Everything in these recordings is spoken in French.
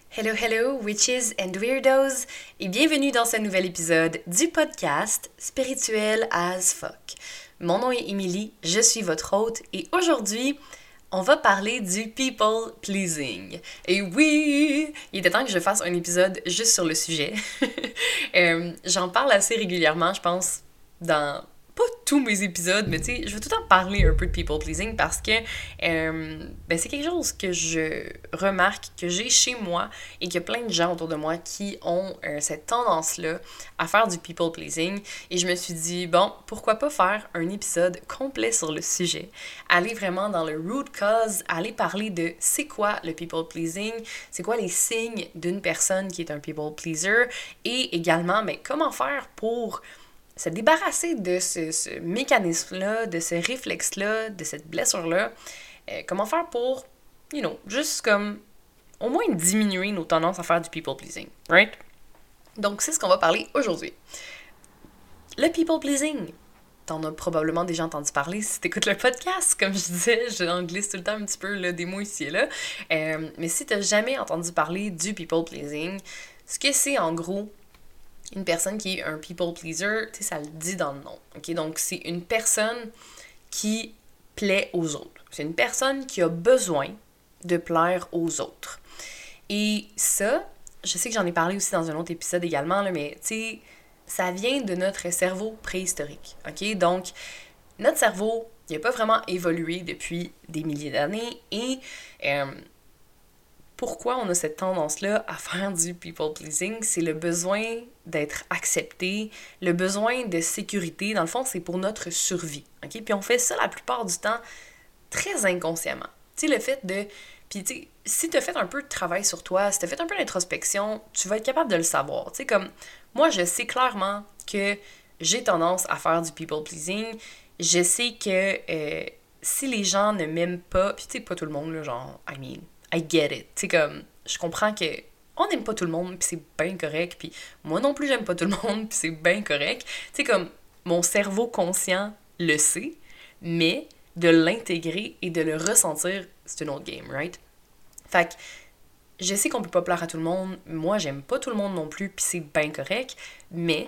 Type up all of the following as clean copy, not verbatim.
Hello, hello, witches and weirdos, et bienvenue dans ce nouvel épisode du podcast Spirituel as fuck. Mon nom est Emily, je suis votre hôte, et aujourd'hui, on va parler du people pleasing. Et oui, il était temps que je fasse un épisode juste sur le sujet. J'en parle assez régulièrement, je pense, dans pas tous mes épisodes, mais tu sais, je veux tout le temps parler un peu de people pleasing parce que c'est quelque chose que je remarque, que j'ai chez moi et qu'il y a plein de gens autour de moi qui ont cette tendance-là à faire du people pleasing. Et je me suis dit, bon, pourquoi pas faire un épisode complet sur le sujet, aller vraiment dans le root cause, aller parler de c'est quoi le people pleasing, c'est quoi les signes d'une personne qui est un people pleaser et également, comment faire pour se débarrasser de ce mécanisme-là, de ce réflexe-là, de cette blessure-là. Comment faire pour, juste comme au moins diminuer nos tendances à faire du people-pleasing, right? Donc, c'est ce qu'on va parler aujourd'hui. Le people-pleasing. T'en as probablement déjà entendu parler si t'écoutes le podcast. Comme je disais, j'en glisse tout le temps un petit peu là, des mots ici et là. Mais si t'as jamais entendu parler du people-pleasing, ce que c'est en gros, une personne qui est un people pleaser, tu sais, ça le dit dans le nom. OK? Donc, c'est une personne qui plaît aux autres. C'est une personne qui a besoin de plaire aux autres. Et ça, je sais que j'en ai parlé aussi dans un autre épisode également, là, mais tu sais, ça vient de notre cerveau préhistorique. OK? Donc, notre cerveau, il n'a pas vraiment évolué depuis des milliers d'années et pourquoi on a cette tendance-là à faire du people-pleasing, c'est le besoin d'être accepté, le besoin de sécurité. Dans le fond, c'est pour notre survie. OK? Puis on fait ça la plupart du temps très inconsciemment. Tu sais, le fait de... Puis tu sais, si tu as fait un peu de travail sur toi, si tu as fait un peu d'introspection, tu vas être capable de le savoir. Tu sais, comme moi, je sais clairement que j'ai tendance à faire du people-pleasing. Je sais que si les gens ne m'aiment pas, puis tu sais, pas tout le monde, là, genre, I get it. Tu sais, comme, je comprends que on n'aime pas tout le monde, puis c'est bien correct, puis moi non plus, j'aime pas tout le monde, puis c'est bien correct. Tu sais, comme, mon cerveau conscient le sait, mais de l'intégrer et de le ressentir, c'est une autre game, right? Fait que, je sais qu'on peut pas plaire à tout le monde, moi, j'aime pas tout le monde non plus, puis c'est bien correct, mais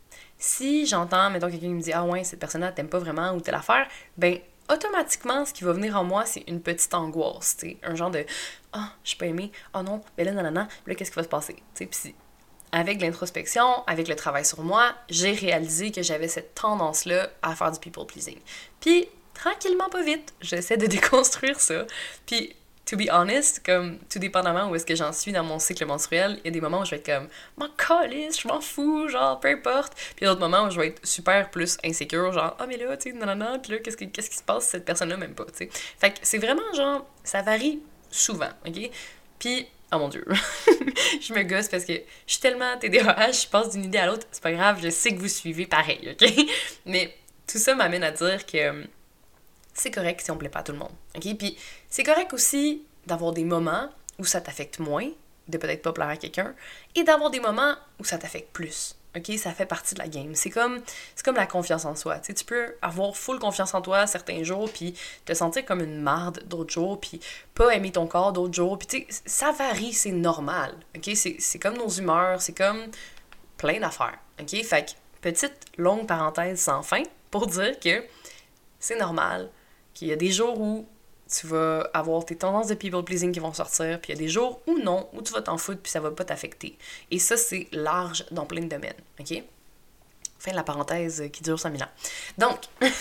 si j'entends, mettons, quelqu'un qui me dit « Ah ouais, cette personne-là t'aime pas vraiment » ou telle affaire, ben automatiquement, ce qui va venir en moi, c'est une petite angoisse, tu sais, un genre de « Ah, je suis pas aimée, ah non, ben là, nanana, là, qu'est-ce qui va se passer? » Tu sais, pis avec l'introspection, avec le travail sur moi, j'ai réalisé que j'avais cette tendance-là à faire du people-pleasing. Puis, tranquillement, pas vite, j'essaie de déconstruire ça, puis to be honest, comme tout dépendamment où est-ce que j'en suis dans mon cycle menstruel, il y a des moments où je vais être comme m'en calisse, je m'en fous, genre peu importe. Puis il y a d'autres moments où je vais être super plus insécure, genre ah mais là, tu sais, nanana, puis là, qu'est-ce qui se passe si cette personne-là m'aime pas, tu sais. Fait que c'est vraiment genre, ça varie souvent, ok? Puis, oh mon dieu, je me gosse parce que je suis tellement TDAH, je passe d'une idée à l'autre, c'est pas grave, je sais que vous suivez pareil, ok? Mais tout ça m'amène à dire que c'est correct si on plaît pas à tout le monde. OK? Puis c'est correct aussi d'avoir des moments où ça t'affecte moins, de peut-être pas plaire à quelqu'un, et d'avoir des moments où ça t'affecte plus. OK? Ça fait partie de la game. C'est comme la confiance en soi. Tu sais, tu peux avoir full confiance en toi certains jours, puis te sentir comme une marde d'autres jours, puis pas aimer ton corps d'autres jours. Puis tu sais, ça varie, c'est normal. OK? C'est comme nos humeurs, c'est comme plein d'affaires. OK? Fait que, petite longue parenthèse sans fin pour dire que c'est normal qu'il y a des jours où tu vas avoir tes tendances de people-pleasing qui vont sortir, puis il y a des jours où non, où tu vas t'en foutre, puis ça va pas t'affecter. Et ça, c'est large dans plein de domaines, OK? Fin de la parenthèse qui dure 5000 ans. Donc,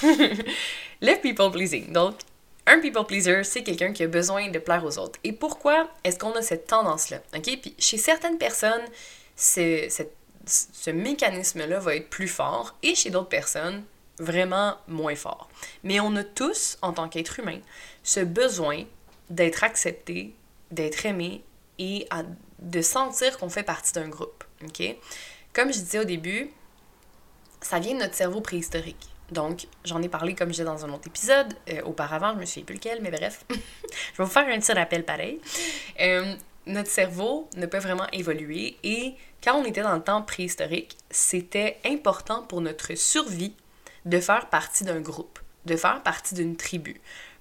le people-pleasing. Donc, un people-pleaser, c'est quelqu'un qui a besoin de plaire aux autres. Et pourquoi est-ce qu'on a cette tendance-là? OK? Puis chez certaines personnes, ce mécanisme-là va être plus fort, et chez d'autres personnes, vraiment moins fort. Mais on a tous, en tant qu'être humain, ce besoin d'être accepté, d'être aimé et de sentir qu'on fait partie d'un groupe. OK? Comme je disais au début, ça vient de notre cerveau préhistorique. Donc, j'en ai parlé comme je disais dans un autre épisode auparavant, je me souviens plus lequel, mais bref. Je vais vous faire un petit rappel pareil. Notre cerveau n'a pas vraiment évolué et quand on était dans le temps préhistorique, c'était important pour notre survie de faire partie d'un groupe, de faire partie d'une tribu.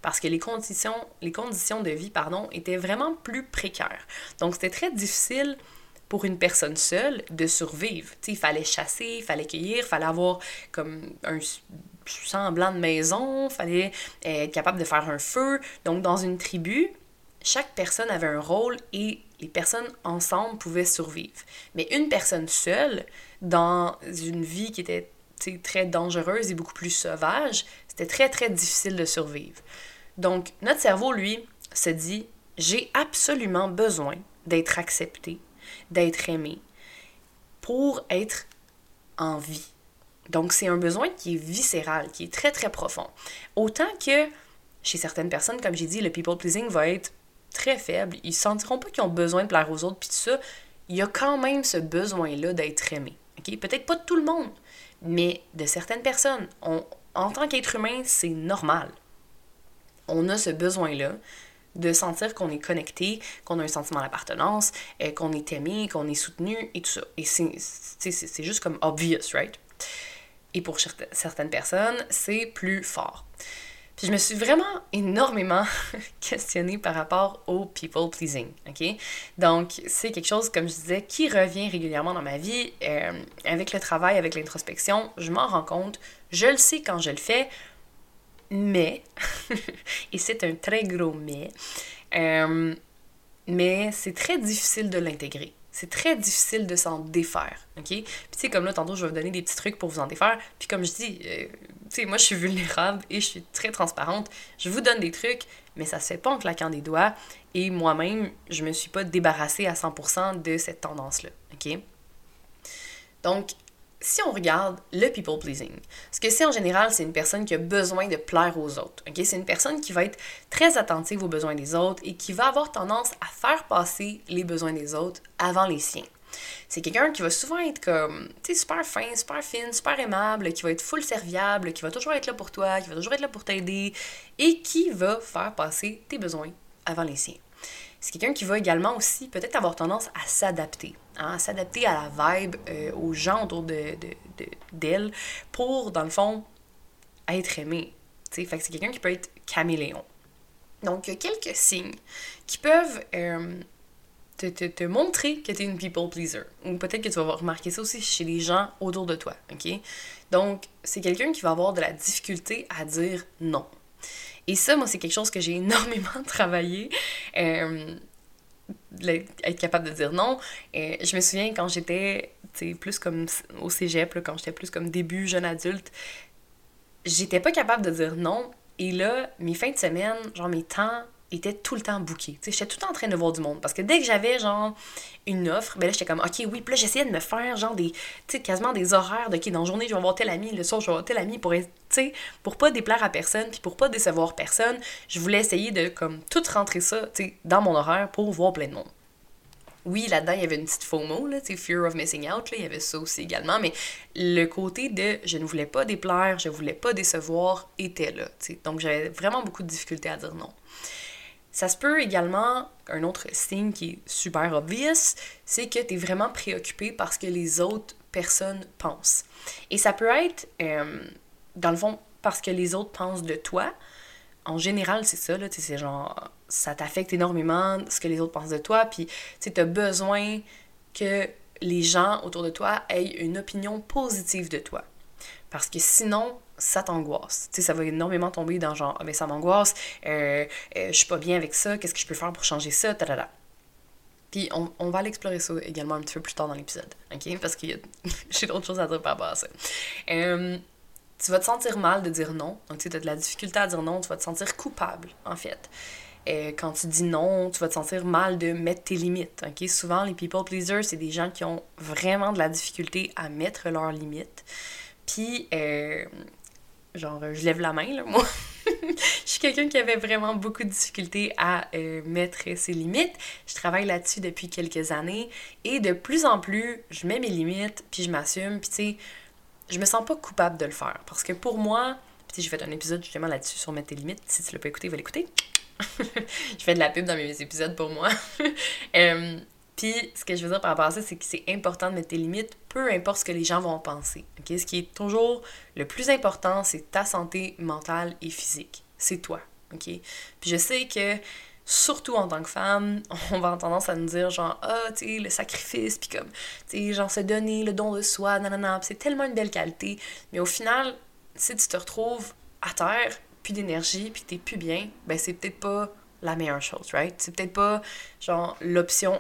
parce que les conditions de vie, étaient vraiment plus précaires. Donc, c'était très difficile pour une personne seule de survivre. Tu sais, il fallait chasser, il fallait cueillir, il fallait avoir comme un semblant de maison, il fallait être capable de faire un feu. Donc, dans une tribu, chaque personne avait un rôle et les personnes ensemble pouvaient survivre. Mais une personne seule, dans une vie qui était très dangereuse et beaucoup plus sauvage, c'était très, très difficile de survivre. Donc, notre cerveau, lui, se dit, j'ai absolument besoin d'être accepté, d'être aimé, pour être en vie. Donc, c'est un besoin qui est viscéral, qui est très, très profond. Autant que, chez certaines personnes, comme j'ai dit, le people pleasing va être très faible. Ils ne sentiront pas qu'ils ont besoin de plaire aux autres, puis tout ça. Il y a quand même ce besoin-là d'être aimé. Okay? Peut-être pas de tout le monde, mais de certaines personnes. En tant qu'être humain, c'est normal. On a ce besoin-là de sentir qu'on est connecté, qu'on a un sentiment d'appartenance, qu'on est aimé, qu'on est soutenu et tout ça. Et c'est juste comme obvious, right? Et pour certaines personnes, c'est plus fort. Puis je me suis vraiment énormément questionnée par rapport au people pleasing, ok? Donc, c'est quelque chose, comme je disais, qui revient régulièrement dans ma vie. Avec le travail, avec l'introspection, je m'en rends compte, je le sais quand je le fais, mais, et c'est un très gros mais c'est très difficile de l'intégrer. C'est très difficile de s'en défaire, ok? Puis tu sais, comme là, tantôt, je vais vous donner des petits trucs pour vous en défaire. Puis comme je dis, tu sais, moi, je suis vulnérable et je suis très transparente. Je vous donne des trucs, mais ça se fait pas en claquant des doigts. Et moi-même, je me suis pas débarrassée à 100% de cette tendance-là, ok? Donc, si on regarde le people pleasing, ce que c'est en général, c'est une personne qui a besoin de plaire aux autres. Okay? C'est une personne qui va être très attentive aux besoins des autres et qui va avoir tendance à faire passer les besoins des autres avant les siens. C'est quelqu'un qui va souvent être comme, tu sais, super fin, super fine, super aimable, qui va être full serviable, qui va toujours être là pour toi, qui va toujours être là pour t'aider et qui va faire passer tes besoins avant les siens. C'est quelqu'un qui va également aussi peut-être avoir tendance à s'adapter, à s'adapter à la vibe, aux gens autour d'elle pour, dans le fond, être aimé. Fait que c'est quelqu'un qui peut être caméléon. Donc, il y a quelques signes qui peuvent te montrer que tu es une people pleaser. Ou peut-être que tu vas remarquer ça aussi chez les gens autour de toi. Okay? Donc, c'est quelqu'un qui va avoir de la difficulté à dire non. Et ça, moi, c'est quelque chose que j'ai énormément travaillé, être capable de dire non. Je me souviens quand j'étais plus comme au cégep, là, quand j'étais plus comme début jeune adulte, j'étais pas capable de dire non. Et là, mes fins de semaine, genre mes temps étaient tout le temps bookés. J'étais tout le temps en train de voir du monde. Parce que dès que j'avais genre une offre, ben là, j'étais comme, ok, oui. Puis là, j'essayais de me faire genre quasiment des horaires de, ok, dans la journée, je vais voir tel ami, le soir, je vais voir tel ami pour pas déplaire à personne, puis pour pas décevoir personne. Je voulais essayer de comme tout rentrer ça, dans mon horaire pour voir plein de monde. Oui, là-dedans, il y avait une petite FOMO, là, Fear of Missing Out, là, il y avait ça aussi également, mais le côté de je ne voulais pas déplaire, je voulais pas décevoir était là, donc j'avais vraiment beaucoup de difficultés à dire non. Ça se peut également, un autre signe qui est super obvious, c'est que tu es vraiment préoccupé par ce que les autres personnes pensent. Et ça peut être, dans le fond, parce que les autres pensent de toi. En général, c'est ça, là, c'est genre, ça t'affecte énormément ce que les autres pensent de toi, puis tu as besoin que les gens autour de toi aient une opinion positive de toi. Parce que sinon, ça t'angoisse. Ça va énormément tomber dans genre, mais ça m'angoisse, je suis pas bien avec ça, qu'est-ce que je peux faire pour changer ça, tadada. Puis on va aller explorer ça également un petit peu plus tard dans l'épisode, ok? Parce que j'ai d'autres choses à dire par rapport à ça. Tu vas te sentir mal de dire non. Donc, tu as de la difficulté à dire non, tu vas te sentir coupable, en fait. Quand tu dis non, tu vas te sentir mal de mettre tes limites. Okay? Souvent, les people pleasers, c'est des gens qui ont vraiment de la difficulté à mettre leurs limites. Puis, genre, je lève la main, là, moi. Je suis quelqu'un qui avait vraiment beaucoup de difficulté à mettre ses limites. Je travaille là-dessus depuis quelques années. Et de plus en plus, je mets mes limites, puis je m'assume. Puis, tu sais, je me sens pas coupable de le faire. Parce que pour moi, puis j'ai fait un épisode justement là-dessus sur mettre tes limites. Si tu l'as pas écouté, va l'écouter. Je fais de la pub dans mes épisodes pour moi. Puis ce que je veux dire par rapport à ça, c'est que c'est important de mettre tes limites, peu importe ce que les gens vont penser. Okay? Ce qui est toujours le plus important, c'est ta santé mentale et physique. C'est toi. OK? Puis je sais que, surtout en tant que femme, on va avoir tendance à nous dire genre, ah, tu sais, le sacrifice, puis comme, tu sais, genre se donner le don de soi, nanana, c'est tellement une belle qualité. Mais au final, si tu te retrouves à terre, plus d'énergie, puis que t'es plus bien, ben c'est peut-être pas la meilleure chose, right? C'est peut-être pas, genre, l'option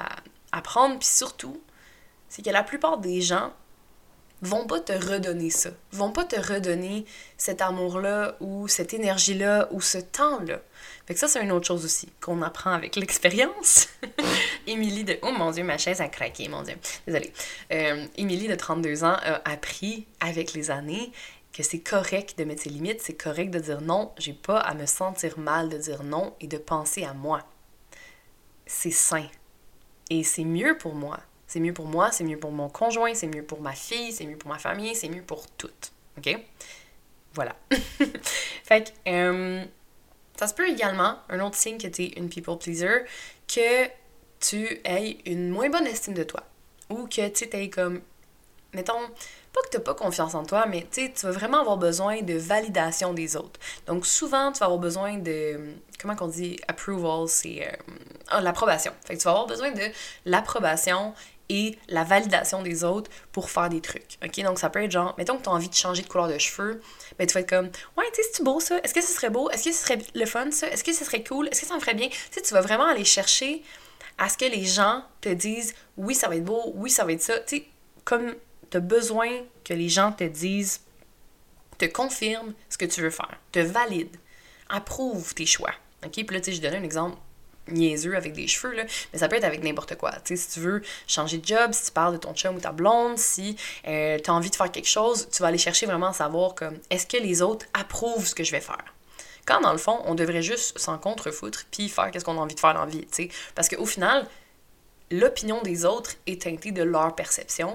à prendre, puis surtout, c'est que la plupart des gens vont pas te redonner ça. Vont pas te redonner cet amour-là ou cette énergie-là ou ce temps-là. Fait que ça, c'est une autre chose aussi qu'on apprend avec l'expérience. Émilie de... Oh mon Dieu, ma chaise a craqué, mon Dieu. Désolée. Émilie de 32 ans a appris avec les années que c'est correct de mettre ses limites, c'est correct de dire non, j'ai pas à me sentir mal de dire non et de penser à moi. C'est sain. Et c'est mieux pour moi. C'est mieux pour moi, c'est mieux pour mon conjoint, c'est mieux pour ma fille, c'est mieux pour ma famille, c'est mieux pour toutes. OK? Voilà. Fait que, ça se peut également, un autre signe que tu es une people pleaser, que tu aies une moins bonne estime de toi. Ou que tu aies comme, mettons, pas que tu n'as pas confiance en toi, mais tu vas vraiment avoir besoin de validation des autres. Donc souvent, tu vas avoir besoin de, comment qu'on dit, approval, c'est l'approbation. Fait que tu vas avoir besoin de l'approbation et la validation des autres pour faire des trucs. OK? Donc, ça peut être genre, mettons que tu as envie de changer de couleur de cheveux, ben tu vas être comme, ouais, tu sais, c'est-tu beau ça? Est-ce que ce serait beau? Est-ce que ce serait le fun ça? Est-ce que ce serait cool? Est-ce que ça me ferait bien? Tu sais, tu vas vraiment aller chercher à ce que les gens te disent, oui, ça va être beau, oui, ça va être ça. Tu sais, comme tu as besoin que les gens te disent, te confirment ce que tu veux faire, te valident, approuvent tes choix. OK? Puis là, tu sais, je donne un exemple niaiseux avec des cheveux, là, mais ça peut être avec n'importe quoi. Tu sais, si tu veux changer de job, si tu parles de ton chum ou ta blonde, si tu as envie de faire quelque chose, tu vas aller chercher vraiment à savoir comme, est-ce que les autres approuvent ce que je vais faire? Quand, dans le fond, on devrait juste s'en contrefoutre puis faire qu'est-ce qu'on a envie de faire dans la vie, tu sais. Parce qu'au final, l'opinion des autres est teintée de leur perception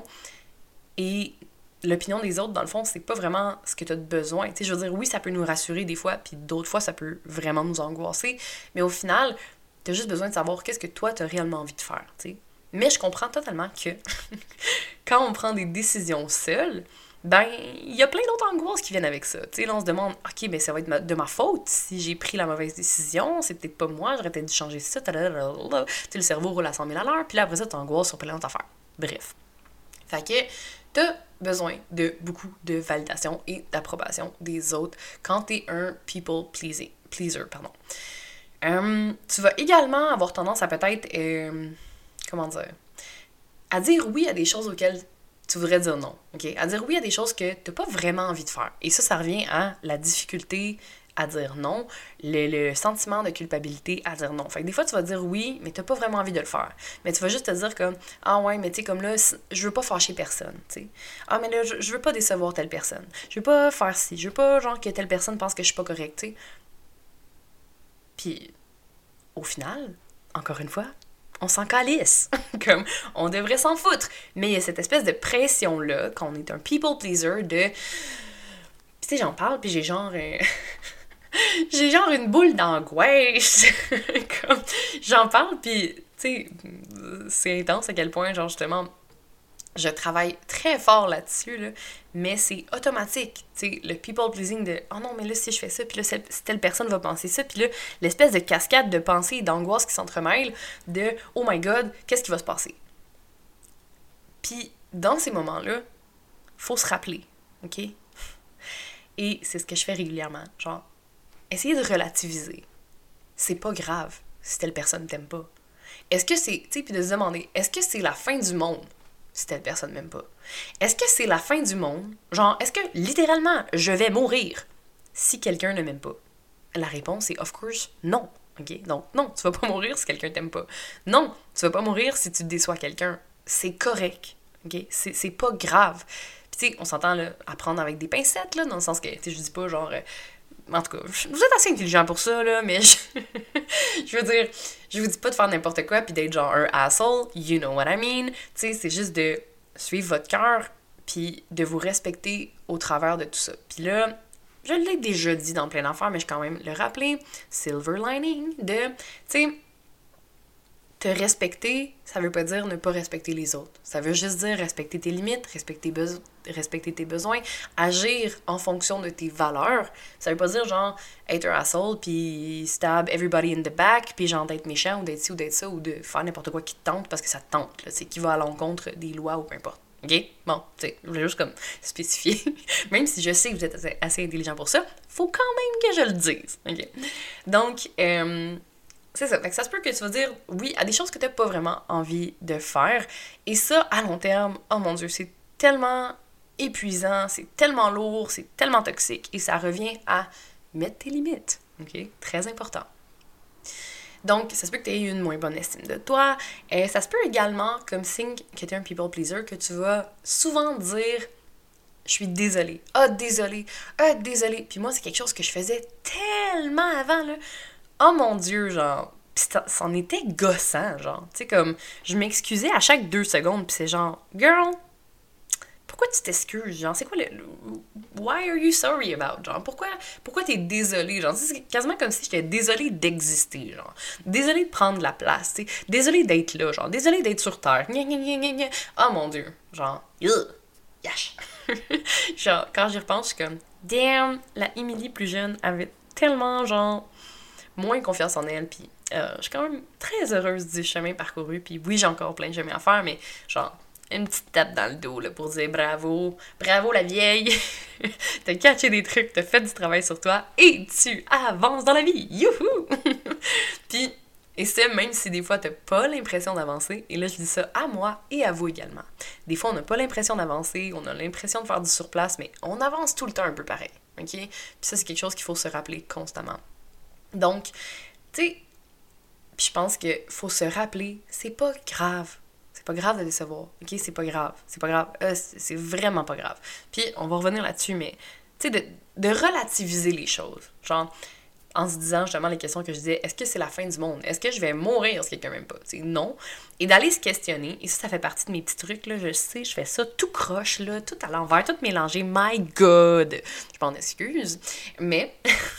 et l'opinion des autres, dans le fond, c'est pas vraiment ce que tu as besoin. Tu sais, je veux dire, oui, ça peut nous rassurer des fois, puis d'autres fois, ça peut vraiment nous angoisser, mais au final, t'as juste besoin de savoir qu'est-ce que toi, t'as réellement envie de faire, tu sais. Mais je comprends totalement que quand on prend des décisions seules, ben, il y a plein d'autres angoisses qui viennent avec ça. Tu sais, là, on se demande, OK, ben ça va être de ma faute si j'ai pris la mauvaise décision, c'est peut-être pas moi, j'aurais peut-être dû changer ça, tu sais, le cerveau roule à 100 000 à l'heure, puis là, après ça, t'angoisses sur plein d'autres affaires. Bref. Fait que t'as besoin de beaucoup de validation et d'approbation des autres quand t'es un people pleaser. Tu vas également avoir tendance à peut-être, comment dire, à dire oui à des choses auxquelles tu voudrais dire non, ok? À dire oui à des choses que tu n'as pas vraiment envie de faire. Et ça revient à la difficulté à dire non, le sentiment de culpabilité à dire non. Fait que des fois, tu vas dire oui, mais tu n'as pas vraiment envie de le faire. Mais tu vas juste te dire comme, ah ouais, mais tu sais, comme là, je veux pas fâcher personne, tu sais. Ah, mais là, je veux pas décevoir telle personne. Je veux pas faire ci. Je veux pas, genre, que telle personne pense que je suis pas correcte, tu sais. Puis, au final, encore une fois, on s'en calisse. Comme, on devrait s'en foutre. Mais il y a cette espèce de pression-là, quand on est un people pleaser, de... Tu sais, j'en parle, puis j'ai genre... j'ai genre une boule d'angoisse. Comme, j'en parle, puis, tu sais, c'est intense à quel point, genre, justement, je travaille très fort là-dessus, là, mais c'est automatique. T'sais, le people pleasing de « Oh non, mais là, si je fais ça, puis là, telle personne va penser ça », puis là, l'espèce de cascade de pensées et d'angoisse qui s'entremêlent de « Oh my God, qu'est-ce qui va se passer? » Puis, dans ces moments-là, faut se rappeler, OK? Et c'est ce que je fais régulièrement. Genre, essayer de relativiser. C'est pas grave si telle personne t'aime pas. Est-ce que c'est... Tu sais, puis de se demander, est-ce que c'est la fin du monde si telle personne m'aime pas? Est-ce que c'est la fin du monde? Genre, est-ce que, littéralement, je vais mourir si quelqu'un ne m'aime pas? La réponse est, of course, non. OK? Donc, non, tu vas pas mourir si quelqu'un t'aime pas. Non, tu vas pas mourir si tu déçois quelqu'un. C'est correct. OK? C'est pas grave. Puis, tu sais, on s'entend, là, à prendre avec des pincettes, là, dans le sens que, tu sais, je dis pas, genre... en tout cas, vous êtes assez intelligent pour ça, là, mais je veux dire, je vous dis pas de faire n'importe quoi puis d'être genre un asshole, you know what I mean. Tu sais, c'est juste de suivre votre cœur puis de vous respecter au travers de tout ça. Puis là, je l'ai déjà dit dans plein d'affaires, mais je vais quand même le rappeler, silver lining de, tu sais, te respecter, ça veut pas dire ne pas respecter les autres. Ça veut juste dire respecter tes limites, respecter tes besoins, agir en fonction de tes valeurs. Ça veut pas dire genre être un asshole puis stab everybody in the back puis genre d'être méchant ou d'être ci ou d'être ça ou de faire n'importe quoi qui te tente parce que ça te tente, là, c'est qui va à l'encontre des lois ou peu importe. OK? Bon, tu sais, je voulais juste comme spécifier. Même si je sais que vous êtes assez intelligent pour ça, faut quand même que je le dise. OK? Donc, c'est ça. Fait que ça se peut que tu vas dire oui à des choses que tu n'as pas vraiment envie de faire. Et ça, à long terme, oh mon Dieu, c'est tellement épuisant, c'est tellement lourd, c'est tellement toxique. Et ça revient à mettre tes limites. OK? Très important. Donc, ça se peut que tu aies une moins bonne estime de toi. Et ça se peut également, comme signe que tu es un people pleaser, que tu vas souvent dire je suis désolée. Ah, désolée. Ah, désolée. Puis moi, c'est quelque chose que je faisais tellement avant, là. Oh mon Dieu, genre. Pis c'en était gossant, genre. Tu sais, comme, je m'excusais à chaque 2 secondes, pis c'est genre, girl, pourquoi tu t'excuses, genre, c'est quoi why are you sorry about, genre, pourquoi t'es désolé, genre, c'est quasiment comme si j'étais désolée d'exister, genre, désolée de prendre la place, tu sais, désolée d'être là, genre, désolée d'être sur Terre, oh mon Dieu, genre, yash. Genre, quand j'y repense, je suis comme, damn, la Emily plus jeune avait tellement, genre, moins confiance en elle, puis je suis quand même très heureuse du chemin parcouru, puis oui, j'ai encore plein de chemin à faire, mais genre, une petite tape dans le dos, là, pour dire bravo, bravo la vieille, t'as catché des trucs, t'as fait du travail sur toi, et tu avances dans la vie, youhou! Puis, et c'est même si des fois t'as pas l'impression d'avancer, et là je dis ça à moi et à vous également. Des fois on n'a pas l'impression d'avancer, on a l'impression de faire du surplace, mais on avance tout le temps un peu pareil, ok? Puis ça c'est quelque chose qu'il faut se rappeler constamment. Donc, tu sais, puis je pense qu'il faut se rappeler, c'est pas grave. C'est pas grave de décevoir, ok? C'est pas grave. C'est pas grave. C'est vraiment pas grave. Puis on va revenir là-dessus, mais tu sais, de relativiser les choses. Genre, en se disant justement les questions que je disais, est-ce que c'est la fin du monde? Est-ce que je vais mourir si quelqu'un m'aime pas? T'sais, non. Et d'aller se questionner, et ça fait partie de mes petits trucs, là, je sais, je fais ça tout croche, là, tout à l'envers, tout mélangé, my god! Je m'en excuse, mais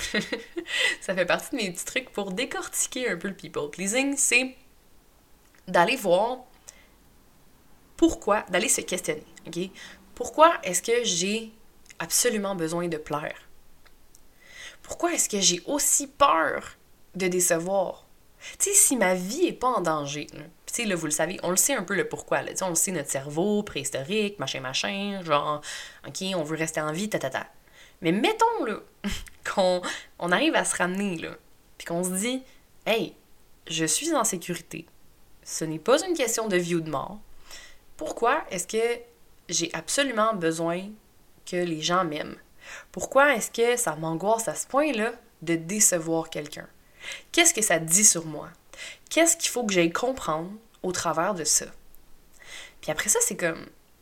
ça fait partie de mes petits trucs pour décortiquer un peu le people pleasing, c'est d'aller voir pourquoi, d'aller se questionner, ok? Pourquoi est-ce que j'ai absolument besoin de plaire? Pourquoi est-ce que j'ai aussi peur de décevoir? Tu sais, si ma vie est pas en danger, tu sais, là, vous le savez, on le sait un peu le pourquoi, là, on le sait, notre cerveau, préhistorique, machin, genre, ok, on veut rester en vie, Mais mettons, là, qu'on arrive à se ramener, là, puis qu'on se dit, hey, je suis en sécurité, ce n'est pas une question de vie ou de mort, pourquoi est-ce que j'ai absolument besoin que les gens m'aiment? Pourquoi est-ce que ça m'angoisse à ce point-là de décevoir quelqu'un? Qu'est-ce que ça dit sur moi? Qu'est-ce qu'il faut que j'aille comprendre au travers de ça? Puis après ça, c'est comme...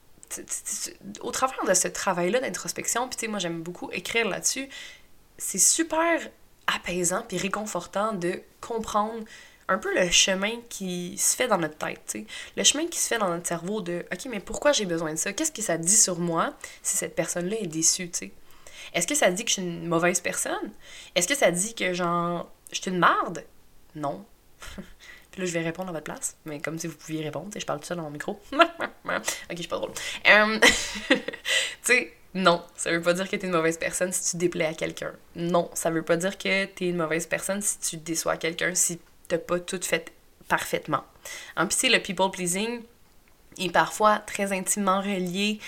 Au travers de ce travail-là d'introspection, puis tu sais, moi j'aime beaucoup écrire là-dessus, c'est super apaisant puis réconfortant de comprendre un peu le chemin qui se fait dans notre tête, tu sais. Le chemin qui se fait dans notre cerveau de « OK, mais pourquoi j'ai besoin de ça? Qu'est-ce que ça dit sur moi si cette personne-là est déçue, tu sais? Est-ce que ça dit que je suis une mauvaise personne? Est-ce que ça dit que, genre, je suis une marde? Non. Puis là, je vais répondre à votre place, mais comme si vous pouviez répondre, tu sais, je parle tout seul dans mon micro. Ok, je suis pas drôle. Tu sais, non, ça veut pas dire que t'es une mauvaise personne si tu déplais à quelqu'un. Non, ça veut pas dire que t'es une mauvaise personne si tu déçois quelqu'un, si t'as pas tout fait parfaitement. Hein, puis tu sais, le people pleasing est parfois très intimement relié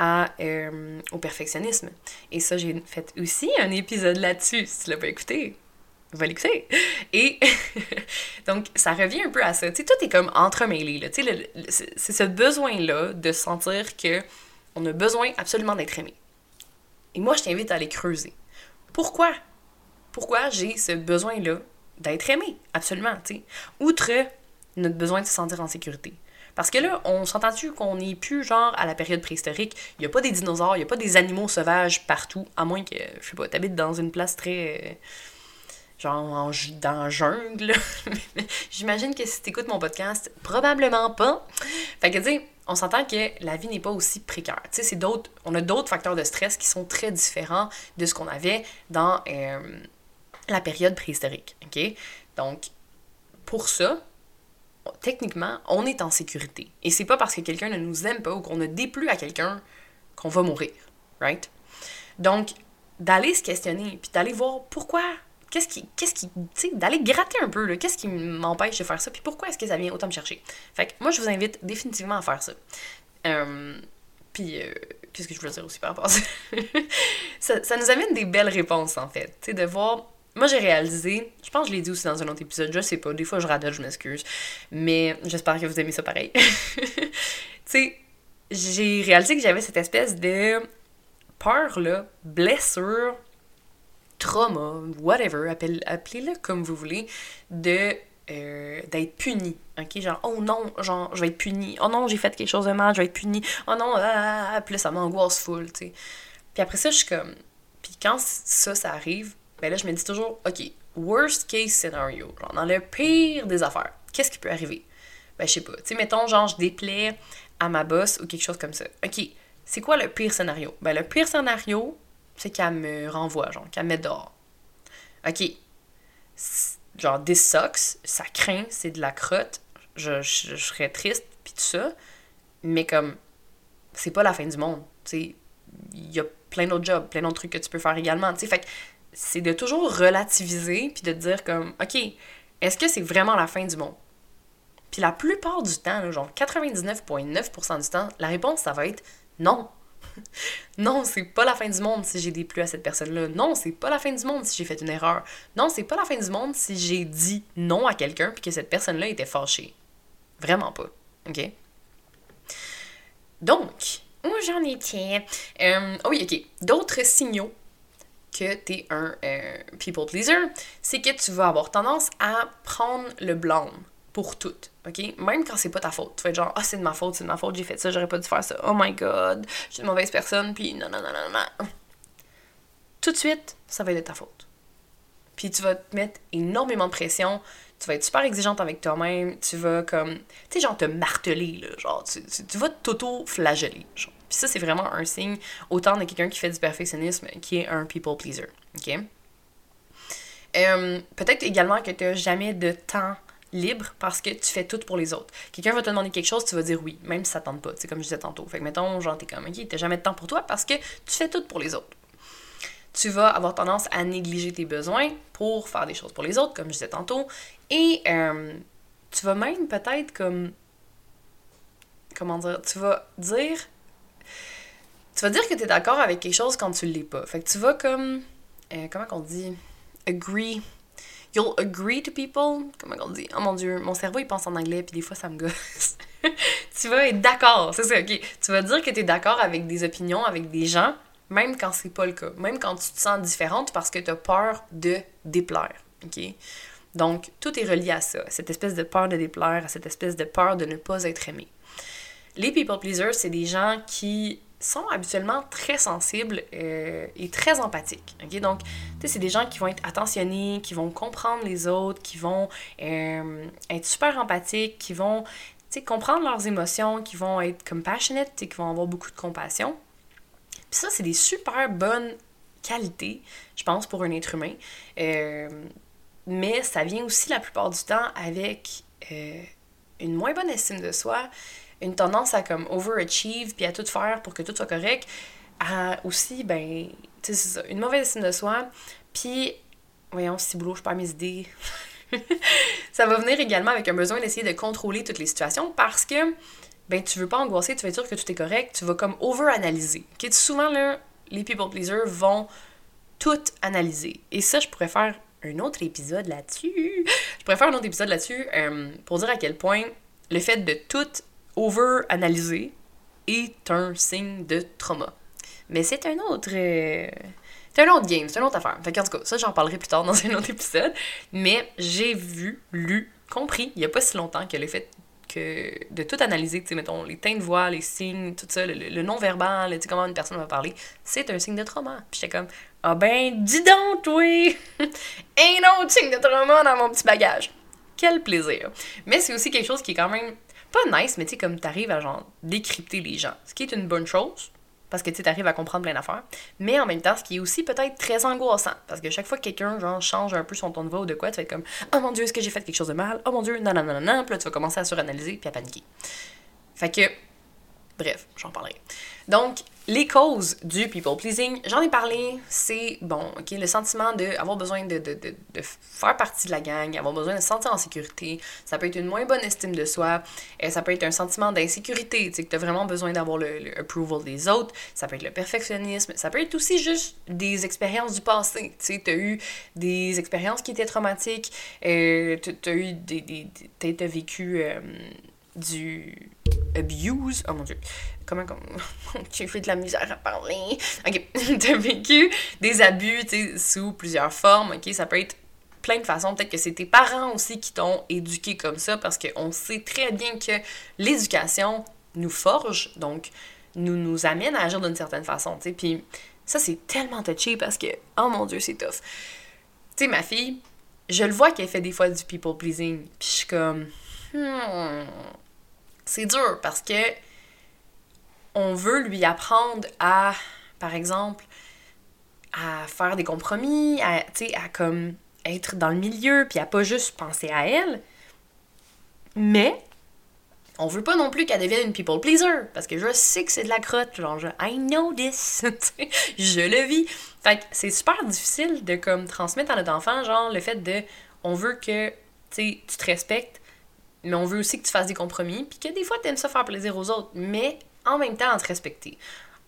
au perfectionnisme. Et ça, j'ai fait aussi un épisode là-dessus. Si tu l'as pas écouté, va l'écouter. Et donc, ça revient un peu à ça. Tu sais, tout est comme entremêlé. Là. Tu sais, c'est ce besoin-là de sentir que on a besoin absolument d'être aimé. Et moi, je t'invite à aller creuser. Pourquoi? Pourquoi j'ai ce besoin-là d'être aimé? Absolument, tu sais. Outre notre besoin de se sentir en sécurité. Parce que là, on s'entend-tu qu'on n'est plus genre à la période préhistorique, il n'y a pas des dinosaures, il n'y a pas des animaux sauvages partout, à moins que, je sais pas, t'habites dans une place très... genre dans la jungle. J'imagine que si t'écoutes mon podcast, probablement pas. Fait que tu sais, on s'entend que la vie n'est pas aussi précaire. Tu sais, on a d'autres facteurs de stress qui sont très différents de ce qu'on avait dans la période préhistorique. OK? Donc, pour ça, techniquement, on est en sécurité. Et c'est pas parce que quelqu'un ne nous aime pas ou qu'on a déplu à quelqu'un qu'on va mourir, right? Donc, d'aller se questionner, puis d'aller voir pourquoi, qu'est-ce qui, tu sais, d'aller gratter un peu, là, qu'est-ce qui m'empêche de faire ça, puis pourquoi est-ce que ça vient autant me chercher. Fait que moi, je vous invite définitivement à faire ça. Puis, qu'est-ce que je voulais dire aussi par rapport à ça? Ça nous amène des belles réponses, en fait. Tu sais, de voir. Moi, j'ai réalisé, je pense que je l'ai dit aussi dans un autre épisode, je sais pas, des fois je radote, je m'excuse, mais j'espère que vous aimez ça pareil. Tu sais, j'ai réalisé que j'avais cette espèce de peur, là, blessure, trauma, whatever, appelez-le comme vous voulez, de d'être puni, ok? Genre, oh non, genre, je vais être puni. Oh non, j'ai fait quelque chose de mal, je vais être puni. Oh non, puis là, ça m'angoisse full, tu sais. Puis après ça, je suis comme... Puis quand ça arrive, ben là, je me dis toujours, ok, worst case scenario, genre, dans le pire des affaires, qu'est-ce qui peut arriver? Ben, je sais pas. Tu sais, mettons, genre, je déplais à ma boss ou quelque chose comme ça. Ok, c'est quoi le pire scénario? Ben, le pire scénario, c'est qu'elle me renvoie, genre, qu'elle me mette dehors. Ok, genre, this sucks, ça craint, c'est de la crotte, je serais triste, pis tout ça, mais comme, c'est pas la fin du monde, tu sais, il y a plein d'autres jobs, plein d'autres trucs que tu peux faire également, tu sais, fait que c'est de toujours relativiser, puis de dire comme, ok, est-ce que c'est vraiment la fin du monde? Puis la plupart du temps, là, genre 99,9% du temps, la réponse, ça va être non. Non, c'est pas la fin du monde si j'ai déplu à cette personne-là. Non, c'est pas la fin du monde si j'ai fait une erreur. Non, c'est pas la fin du monde si j'ai dit non à quelqu'un puis que cette personne-là était fâchée. Vraiment pas. OK? Donc, où j'en étais? Oui, OK. D'autres signaux que t'es un people pleaser, c'est que tu vas avoir tendance à prendre le blâme pour tout, ok? Même quand c'est pas ta faute. Tu vas être genre, ah, c'est de ma faute, j'ai fait ça, j'aurais pas dû faire ça, oh my god, je suis une mauvaise personne, puis non, non, non, non, non. Tout de suite, ça va être de ta faute. Puis tu vas te mettre énormément de pression, tu vas être super exigeante avec toi-même, tu vas comme, tu sais, genre te marteler, là, genre, tu vas t'auto-flageller, genre. Puis ça, c'est vraiment un signe autant de quelqu'un qui fait du perfectionnisme qui est un people pleaser, ok? Peut-être également que tu n'as jamais de temps libre parce que tu fais tout pour les autres. Quelqu'un va te demander quelque chose, tu vas dire oui, même si ça ne tente pas, tu sais, comme je disais tantôt. Fait que mettons, genre, t'es comme, ok, t'as jamais de temps pour toi parce que tu fais tout pour les autres. Tu vas avoir tendance à négliger tes besoins pour faire des choses pour les autres, comme je disais tantôt. Et tu vas même peut-être comme... Comment dire? Tu vas dire que tu es d'accord avec quelque chose quand tu l'es pas. Fait que tu vas comme... comment qu'on dit? Agree. You'll agree to people. Comment on dit? Oh mon Dieu, mon cerveau, il pense en anglais, puis des fois, ça me gosse. Tu vas être d'accord, c'est ça, ok. Tu vas dire que tu es d'accord avec des opinions, avec des gens, même quand c'est pas le cas. Même quand tu te sens différente parce que tu as peur de déplaire, ok? Donc, tout est relié à ça, à cette espèce de peur de déplaire, à cette espèce de peur de ne pas être aimé. Les people pleasers, c'est des gens qui sont habituellement très sensibles et très empathiques. Okay? Donc, tu sais, c'est des gens qui vont être attentionnés, qui vont comprendre les autres, qui vont être super empathiques, qui vont comprendre leurs émotions, qui vont être compassionate, qui vont avoir beaucoup de compassion. Puis ça, c'est des super bonnes qualités, je pense, pour un être humain. Mais ça vient aussi la plupart du temps avec une moins bonne estime de soi, une tendance à comme overachieve puis à tout faire pour que tout soit correct, à aussi, ben, tu sais, c'est ça, une mauvaise estime de soi, puis, voyons, si boulot, je perds mes idées. Ça va venir également avec un besoin d'essayer de contrôler toutes les situations parce que, ben, tu veux pas angoisser, tu veux être sûr que tout est correct, tu vas comme over-analyser. Okay? Souvent, là, les people pleasers vont tout analyser. Et ça, je pourrais faire un autre épisode là-dessus. Pour dire à quel point le fait de tout over-analyser est un signe de trauma. Mais c'est un autre game, c'est une autre affaire. Fait qu'en tout cas, ça, j'en parlerai plus tard dans un autre épisode. Mais j'ai vu, lu, compris, il y a pas si longtemps que le fait que de tout analyser, tu sais, mettons, les teintes de voix, les signes, tout ça, le non-verbal, tu sais, comment une personne va parler, c'est un signe de trauma. Puis j'étais comme, ah ben, dis donc, toi! Un autre signe de trauma dans mon petit bagage. Quel plaisir! Mais c'est aussi quelque chose qui est quand même pas nice, mais tu sais, comme t'arrives à genre décrypter les gens. Ce qui est une bonne chose, parce que tu arrives à comprendre plein d'affaires, mais en même temps, ce qui est aussi peut-être très angoissant, parce que chaque fois que quelqu'un, genre, change un peu son ton de voix ou de quoi, tu vas être comme « Oh mon Dieu, est-ce que j'ai fait quelque chose de mal? Oh mon Dieu, non, non, non, non, non. » Puis là, tu vas commencer à suranalyser puis à paniquer. Fait que, bref, j'en parlerai. Donc, les causes du people pleasing, j'en ai parlé, c'est, bon, ok, le sentiment d'avoir besoin de faire partie de la gang, avoir besoin de se sentir en sécurité, ça peut être une moins bonne estime de soi, ça peut être un sentiment d'insécurité, tu sais, que t'as vraiment besoin d'avoir le approval des autres, ça peut être le perfectionnisme, ça peut être aussi juste des expériences du passé, tu sais, t'as eu des expériences qui étaient traumatiques, t'as eu t'as vécu du abuse, oh mon dieu, comment j'ai fait de la misère à parler, ok, t'as vécu des abus, tu sais, sous plusieurs formes, ok, ça peut être plein de façons, peut-être que c'est tes parents aussi qui t'ont éduqué comme ça, parce qu'on sait très bien que l'éducation nous forge, donc nous amène à agir d'une certaine façon, tu sais, puis ça c'est tellement touché parce que, oh mon dieu, c'est tough. Tu sais, ma fille, je le vois qu'elle fait des fois du people pleasing, puis je suis comme, c'est dur parce que on veut lui apprendre à, par exemple, à faire des compromis, à comme être dans le milieu, puis à pas juste penser à elle. Mais on veut pas non plus qu'elle devienne une people pleaser, parce que je sais que c'est de la crotte, genre, I know this, je le vis. Fait que c'est super difficile de comme transmettre à notre enfant, genre, le fait de, on veut que, tu te respectes, mais on veut aussi que tu fasses des compromis, puis que des fois, t'aimes ça faire plaisir aux autres, mais en même temps, à te respecter.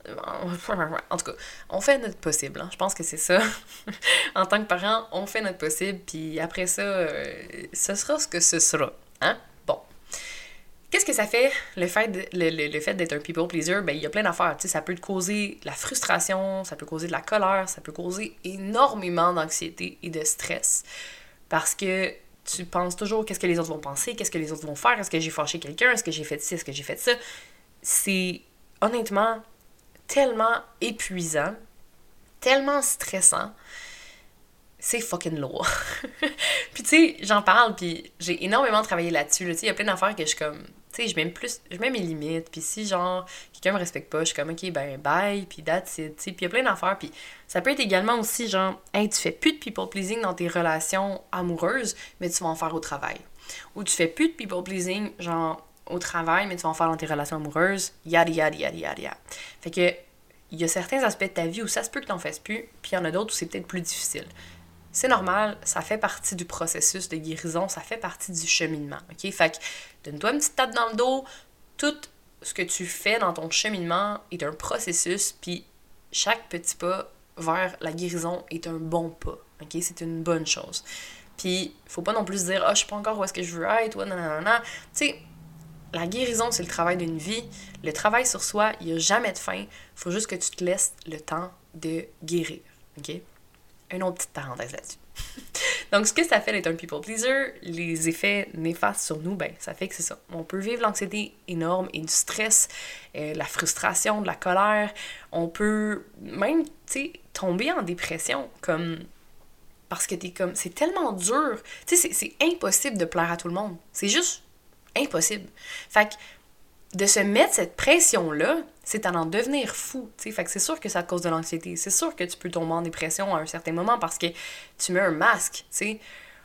En tout cas, on fait notre possible. Hein. Je pense que c'est ça. En tant que parent, on fait notre possible, puis après ça, ce sera ce que ce sera. Hein? Bon. Qu'est-ce que ça fait, le fait d'être un people pleaser? Ben, il y a plein d'affaires. Tu sais, ça peut te causer de la frustration, ça peut causer de la colère, ça peut causer énormément d'anxiété et de stress. Parce que tu penses toujours qu'est-ce que les autres vont penser, qu'est-ce que les autres vont faire, est-ce que j'ai fâché quelqu'un, est-ce que j'ai fait ci, est-ce que j'ai fait ça. C'est honnêtement tellement épuisant, tellement stressant, c'est fucking lourd. Puis tu sais, j'en parle, puis j'ai énormément travaillé là-dessus, là, tu sais, il y a plein d'affaires que je suis comme, tu sais, je mets mes limites, puis si genre, quelqu'un me respecte pas, je suis comme, ok, ben bye, puis that's it, tu sais, puis il y a plein d'affaires, puis ça peut être également aussi genre, hey, tu fais plus de people pleasing dans tes relations amoureuses, mais tu vas en faire au travail. Ou tu fais plus de people pleasing, genre, au travail, mais tu vas en faire dans tes relations amoureuses, yada yada yada yada yada. Fait que, il y a certains aspects de ta vie où ça se peut que t'en fasses plus, puis il y en a d'autres où c'est peut-être plus difficile. C'est normal, ça fait partie du processus de guérison, ça fait partie du cheminement, ok? Fait que, donne-toi une petite tape dans le dos, tout ce que tu fais dans ton cheminement est un processus, puis chaque petit pas vers la guérison est un bon pas, ok? C'est une bonne chose. Puis, faut pas non plus se dire « Ah, je sais pas encore où est-ce que je veux être, ou nanana. » Tu sais, la guérison, c'est le travail d'une vie. Le travail sur soi, il n'y a jamais de fin. Faut juste que tu te laisses le temps de guérir, ok? Une autre petite parenthèse là-dessus. Donc, ce que ça fait d'être un people pleaser, les effets néfastes sur nous, ben, ça fait que c'est ça. On peut vivre l'anxiété énorme et du stress, la frustration, de la colère. On peut même, tu sais, tomber en dépression, comme... Parce que t'es comme... C'est tellement dur. Tu sais, c'est impossible de plaire à tout le monde. C'est juste impossible. Fait que de se mettre cette pression-là, c'est à en devenir fou, tu sais. Fait que c'est sûr que ça te cause de l'anxiété. C'est sûr que tu peux tomber en dépression à un certain moment parce que tu mets un masque, tu sais.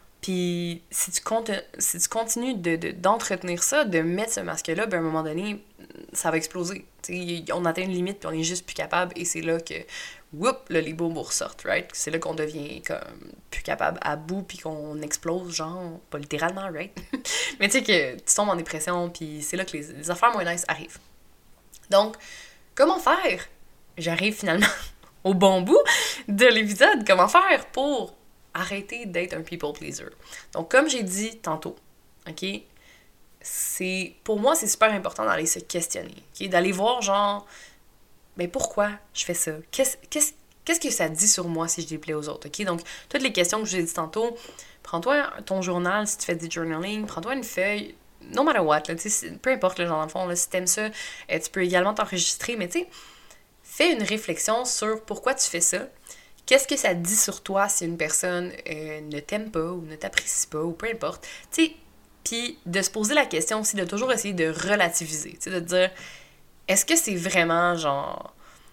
Puis si tu continues d'entretenir ça, de mettre ce masque-là, ben à un moment donné, ça va exploser. Tu sais, on atteint une limite puis on est juste plus capable et c'est là que, whoop, là, les bouts ressortent, right? C'est là qu'on devient comme plus capable à bout puis qu'on explose, genre, pas littéralement, right? Mais tu sais que tu tombes en dépression puis c'est là que les affaires moins nice arrivent. Donc, comment faire? J'arrive finalement au bon bout de l'épisode. Comment faire pour arrêter d'être un people pleaser? Donc, comme j'ai dit tantôt, ok, pour moi, c'est super important d'aller se questionner, ok, d'aller voir genre, ben pourquoi je fais ça? Qu'est-ce que ça dit sur moi si je déplais aux autres, ok? Donc, toutes les questions que je vous ai dit tantôt, prends-toi ton journal si tu fais du journaling, prends-toi une feuille, no matter what, là, peu importe le genre dans le fond, là, si t'aimes ça, tu peux également t'enregistrer, mais tu sais, fais une réflexion sur pourquoi tu fais ça. Qu'est-ce que ça dit sur toi si une personne ne t'aime pas ou ne t'apprécie pas ou peu importe. Tu sais, puis de se poser la question aussi, de toujours essayer de relativiser, tu sais, de dire, est-ce que c'est vraiment genre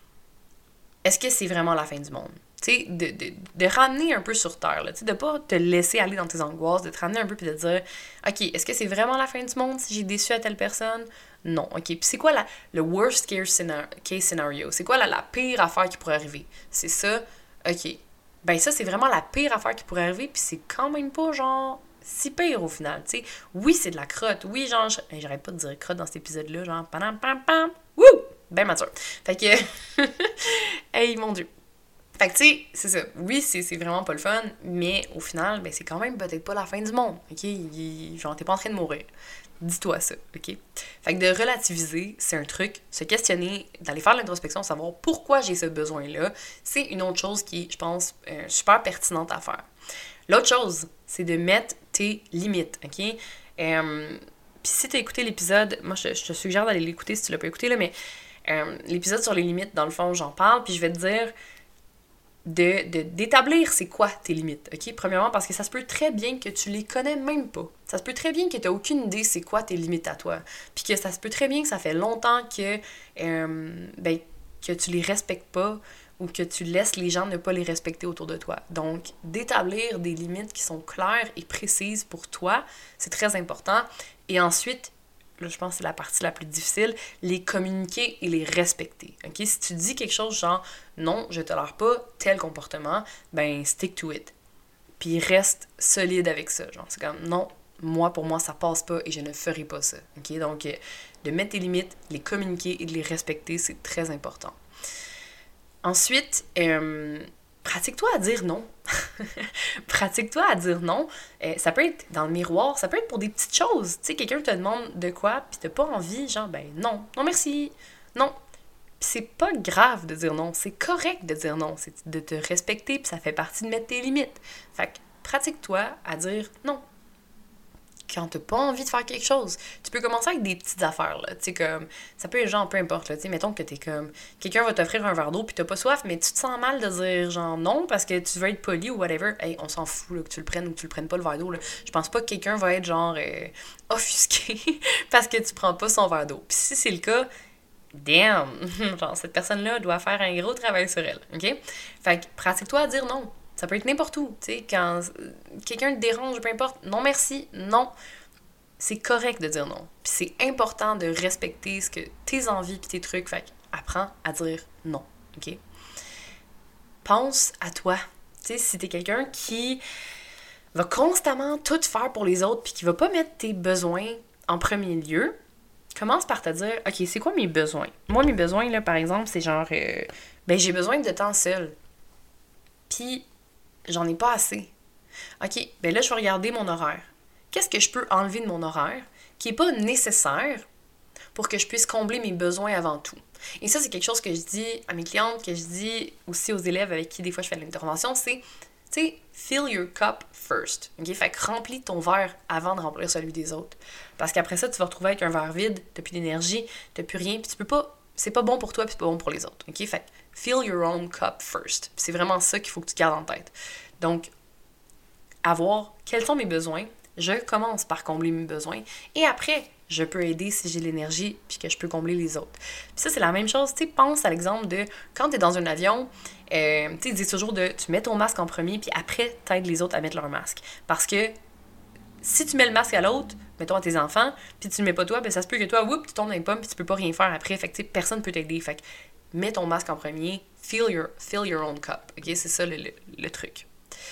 est-ce que c'est vraiment la fin du monde? Tu sais, de ramener un peu sur terre, là, tu sais, de pas te laisser aller dans tes angoisses, de te ramener un peu puis de te dire, OK, est-ce que c'est vraiment la fin du monde si j'ai déçu à telle personne? Non, OK. Puis c'est quoi le worst case scenario? C'est quoi la pire affaire qui pourrait arriver? C'est ça, OK. Ben ça, c'est vraiment la pire affaire qui pourrait arriver, puis c'est quand même pas, genre, si pire au final, tu sais. Oui, c'est de la crotte. Oui, genre, j'arrête pas de dire crotte dans cet épisode-là, genre, pam, pam, pam, wouh! Ben mature. Fait que, hey, mon Dieu. Fait que, tu sais, c'est ça. Oui, c'est vraiment pas le fun, mais au final, ben, c'est quand même peut-être pas la fin du monde, OK? Genre, t'es pas en train de mourir. Dis-toi ça, OK? Fait que de relativiser, c'est un truc. Se questionner, d'aller faire l'introspection, savoir pourquoi j'ai ce besoin-là, c'est une autre chose qui est, je pense, super pertinente à faire. L'autre chose, c'est de mettre tes limites, OK? Puis si t'as écouté l'épisode, moi, je te suggère d'aller l'écouter si tu l'as pas écouté, là, mais l'épisode sur les limites, dans le fond, j'en parle, puis je vais te dire d'établir c'est quoi tes limites, OK? Premièrement, parce que ça se peut très bien que tu les connais même pas. Ça se peut très bien que tu n'as aucune idée c'est quoi tes limites à toi. Puis que ça se peut très bien que ça fait longtemps que tu les respectes pas ou que tu laisses les gens ne pas les respecter autour de toi. Donc, d'établir des limites qui sont claires et précises pour toi, c'est très important. Et ensuite, là, je pense que c'est la partie la plus difficile, les communiquer et les respecter. OK? Si tu dis quelque chose genre « Non, je tolère pas tel comportement », ben stick to it. Puis reste solide avec ça. Genre, c'est comme « Non, pour moi, ça passe pas et je ne ferai pas ça. » OK? Donc, de mettre tes limites, les communiquer et de les respecter, c'est très important. Ensuite, pratique-toi à dire non. Pratique-toi à dire non. Ça peut être dans le miroir, ça peut être pour des petites choses. Tu sais, quelqu'un te demande de quoi, puis t'as pas envie, genre, ben non, non merci, non. Puis c'est pas grave de dire non, c'est correct de dire non, c'est de te respecter, puis ça fait partie de mettre tes limites. Fait que pratique-toi à dire non. Quand t'as pas envie de faire quelque chose. Tu peux commencer avec des petites affaires, là. Tu sais, comme, ça peut être genre, peu importe, là. Tu sais, mettons que t'es comme, quelqu'un va t'offrir un verre d'eau puis t'as pas soif, mais tu te sens mal de dire, genre, non, parce que tu veux être poli ou whatever. Hey, on s'en fout, là, que tu le prennes ou que tu le prennes pas, le verre d'eau, là. Je pense pas que quelqu'un va être, genre, offusqué parce que tu prends pas son verre d'eau. Puis si c'est le cas, damn! Genre, cette personne-là doit faire un gros travail sur elle, OK? Fait que, pratique-toi à dire non. Ça peut être n'importe où, tu sais, quand quelqu'un te dérange, peu importe, non merci, non. C'est correct de dire non. Puis c'est important de respecter tes envies puis tes trucs. Fait apprends à dire non, OK? Pense à toi. Tu sais, si t'es quelqu'un qui va constamment tout faire pour les autres puis qui va pas mettre tes besoins en premier lieu, commence par te dire, OK, c'est quoi mes besoins? Moi, mes besoins, là, par exemple, c'est genre, j'ai besoin de temps seul. Puis j'en ai pas assez. OK, ben là, je vais regarder mon horaire. Qu'est-ce que je peux enlever de mon horaire qui n'est pas nécessaire pour que je puisse combler mes besoins avant tout? Et ça, c'est quelque chose que je dis à mes clientes, que je dis aussi aux élèves avec qui des fois je fais de l'intervention, c'est, tu sais, fill your cup first. OK? Fait que remplis ton verre avant de remplir celui des autres. Parce qu'après ça, tu vas te retrouver avec un verre vide, t'as plus d'énergie, t'as plus rien, puis tu peux pas, c'est pas bon pour toi, puis c'est pas bon pour les autres. OK? Fait que fill your own cup first. Puis c'est vraiment ça qu'il faut que tu gardes en tête. Donc, quels sont mes besoins, je commence par combler mes besoins et après, je peux aider si j'ai l'énergie puis que je peux combler les autres. Puis ça, c'est la même chose. Tu sais, pense à l'exemple de quand tu es dans un avion, tu sais, ils disent toujours tu mets ton masque en premier puis après, t'aides les autres à mettre leur masque. Parce que si tu mets le masque à l'autre, mettons à tes enfants, puis tu le mets pas toi, ben ça se peut que toi, tu tombes dans les pommes puis tu peux pas rien faire après. Fait que tu sais, personne peut t'aider. Fait que mets ton masque en premier, fill your own cup. OK? C'est ça le truc.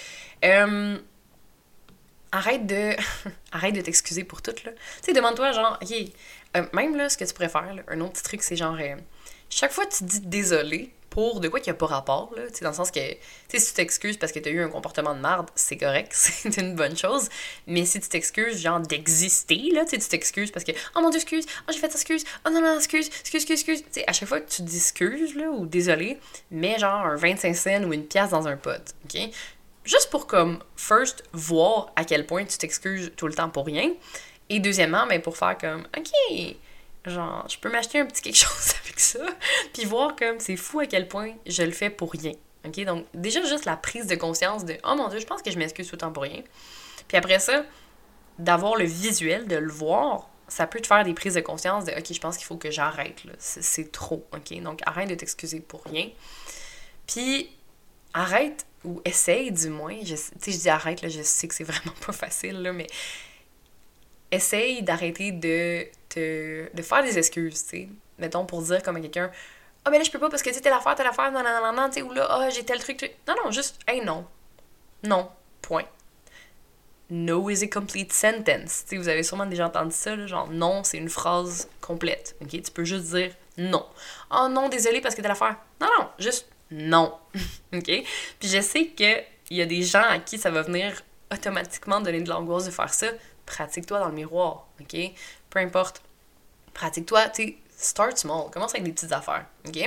Arrête de t'excuser pour tout, là. Tu sais, demande-toi, genre, OK, même, là, ce que tu pourrais faire, là, un autre petit truc, c'est genre, chaque fois que tu dis désolé pour de quoi qu'il n'y a pas rapport, là, tu sais, dans le sens que, tu sais, si tu t'excuses parce que tu as eu un comportement de merde, c'est correct, c'est une bonne chose, mais si tu t'excuses, genre, d'exister, là, tu sais, tu t'excuses parce que, oh mon Dieu, excuse, oh j'ai fait ça, excuse, oh non, excuse, tu sais, à chaque fois que tu dis excuse, là, ou désolé, mets genre un 25 cents ou une pièce dans un pot, OK? Juste pour, comme, first, voir à quel point tu t'excuses tout le temps pour rien. Et deuxièmement, ben, pour faire comme, OK, genre, je peux m'acheter un petit quelque chose avec ça. Puis voir comme, c'est fou à quel point je le fais pour rien. OK? Donc, déjà, juste la prise de conscience de, oh mon Dieu, je pense que je m'excuse tout le temps pour rien. Puis après ça, d'avoir le visuel, de le voir, ça peut te faire des prises de conscience de, OK, je pense qu'il faut que j'arrête, là. C'est trop, OK? Donc, arrête de t'excuser pour rien. Puis, arrête, ou essaye du moins, tu sais, je dis arrête, là, je sais que c'est vraiment pas facile, là, mais essaye d'arrêter de faire des excuses, tu sais. Mettons, pour dire comme à quelqu'un, ah, mais là, je peux pas parce que tu sais, telle affaire, non, non, non, non, tu sais, ou là, ah, j'ai tel truc. Non, non, juste, hey, non. Non, point. No is a complete sentence. Tu sais, vous avez sûrement déjà entendu ça, là, genre non, c'est une phrase complète. Ok, tu peux juste dire non. Oh non, désolé parce que t'as l'affaire. Non, non, juste non. Ok? Puis je sais qu'il y a des gens à qui ça va venir automatiquement donner de l'angoisse de faire ça. Pratique-toi dans le miroir. Ok? Peu importe. Pratique-toi, tu sais, start small. Commence avec des petites affaires. Ok?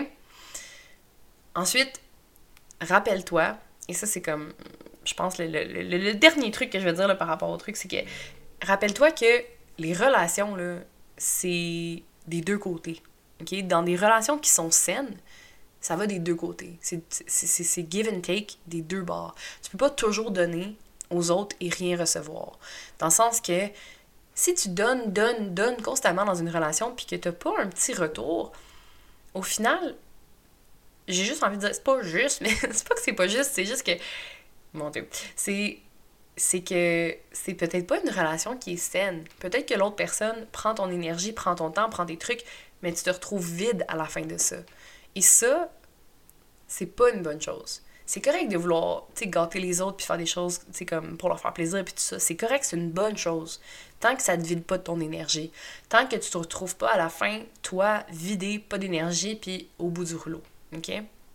Ensuite, rappelle-toi, et ça c'est comme je pense, le dernier truc que je vais dire là, par rapport au truc, c'est que rappelle-toi que les relations, là, c'est des deux côtés. Okay? Dans des relations qui sont saines, ça va des deux côtés. C'est give and take des deux bords. Tu peux pas toujours donner aux autres et rien recevoir. Dans le sens que si tu donnes constamment dans une relation puis que t'as pas un petit retour, au final, j'ai juste envie de dire, c'est pas juste, mais c'est pas que c'est pas juste, c'est juste que mon Dieu. C'est que c'est peut-être pas une relation qui est saine. Peut-être que l'autre personne prend ton énergie, prend ton temps, prend tes trucs, mais tu te retrouves vide à la fin de ça. Et ça, c'est pas une bonne chose. C'est correct de vouloir, tu sais, gâter les autres puis faire des choses, tu sais, comme pour leur faire plaisir puis tout ça. C'est correct, c'est une bonne chose. Tant que ça te vide pas de ton énergie. Tant que tu te retrouves pas à la fin, toi, vidé, pas d'énergie puis au bout du rouleau. OK?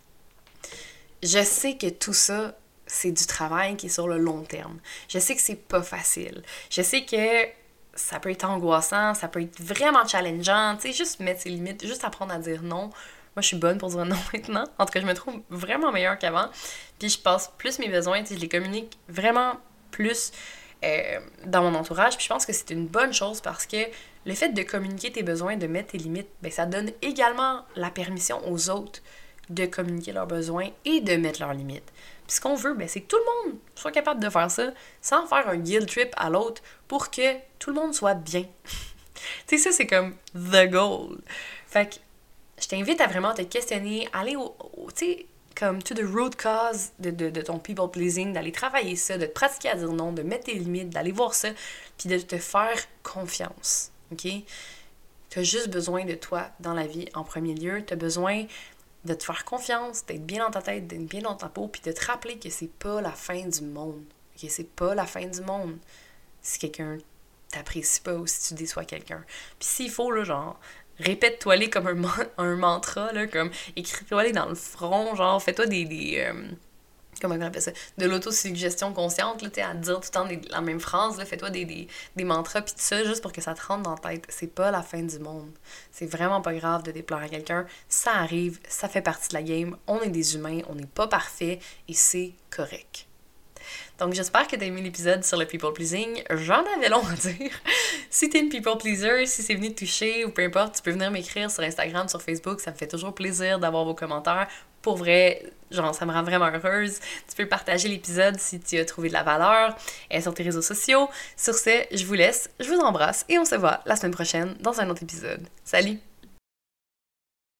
Je sais que tout ça, c'est du travail qui est sur le long terme. Je sais que c'est pas facile. Je sais que ça peut être angoissant, ça peut être vraiment challengeant, tu sais, juste mettre ses limites, juste apprendre à dire non. Moi, je suis bonne pour dire non maintenant. En tout cas, je me trouve vraiment meilleure qu'avant. Puis je passe plus mes besoins, tu sais, je les communique vraiment plus dans mon entourage. Puis je pense que c'est une bonne chose parce que le fait de communiquer tes besoins, de mettre tes limites, ben ça donne également la permission aux autres de communiquer leurs besoins et de mettre leurs limites. Puis ce qu'on veut, ben, c'est que tout le monde soit capable de faire ça sans faire un guilt trip à l'autre pour que tout le monde soit bien. Tu sais, ça, c'est comme the goal. Fait que je t'invite à vraiment te questionner, aller tu sais, comme to the root cause de ton people pleasing, d'aller travailler ça, de te pratiquer à dire non, de mettre tes limites, d'aller voir ça, puis de te faire confiance. OK? Tu as juste besoin de toi dans la vie en premier lieu. Tu as besoin de te faire confiance, d'être bien dans ta tête, d'être bien dans ta peau, puis de te rappeler que c'est pas la fin du monde. Que c'est pas la fin du monde si quelqu'un t'apprécie pas ou si tu déçois quelqu'un. Puis s'il faut, là, genre, répète-toi-les comme un mantra, là, comme écris-toi-les dans le front, genre, fais-toi des comment on appelle ça, de l'autosuggestion consciente, là, à dire tout le temps la même phrase, là, fais-toi des mantras pis tout ça, juste pour que ça te rentre dans la tête. C'est pas la fin du monde. C'est vraiment pas grave de déplaire à quelqu'un. Ça arrive, ça fait partie de la game. On est des humains, on n'est pas parfait et c'est correct. Donc j'espère que t'as aimé l'épisode sur le people pleasing. J'en avais long à dire. Si t'es une people pleaser, si c'est venu te toucher ou peu importe, tu peux venir m'écrire sur Instagram, sur Facebook. Ça me fait toujours plaisir d'avoir vos commentaires. Pour vrai, genre ça me rend vraiment heureuse. Tu peux partager l'épisode si tu as trouvé de la valeur sur tes réseaux sociaux. Sur ce, je vous laisse, je vous embrasse et on se voit la semaine prochaine dans un autre épisode. Salut!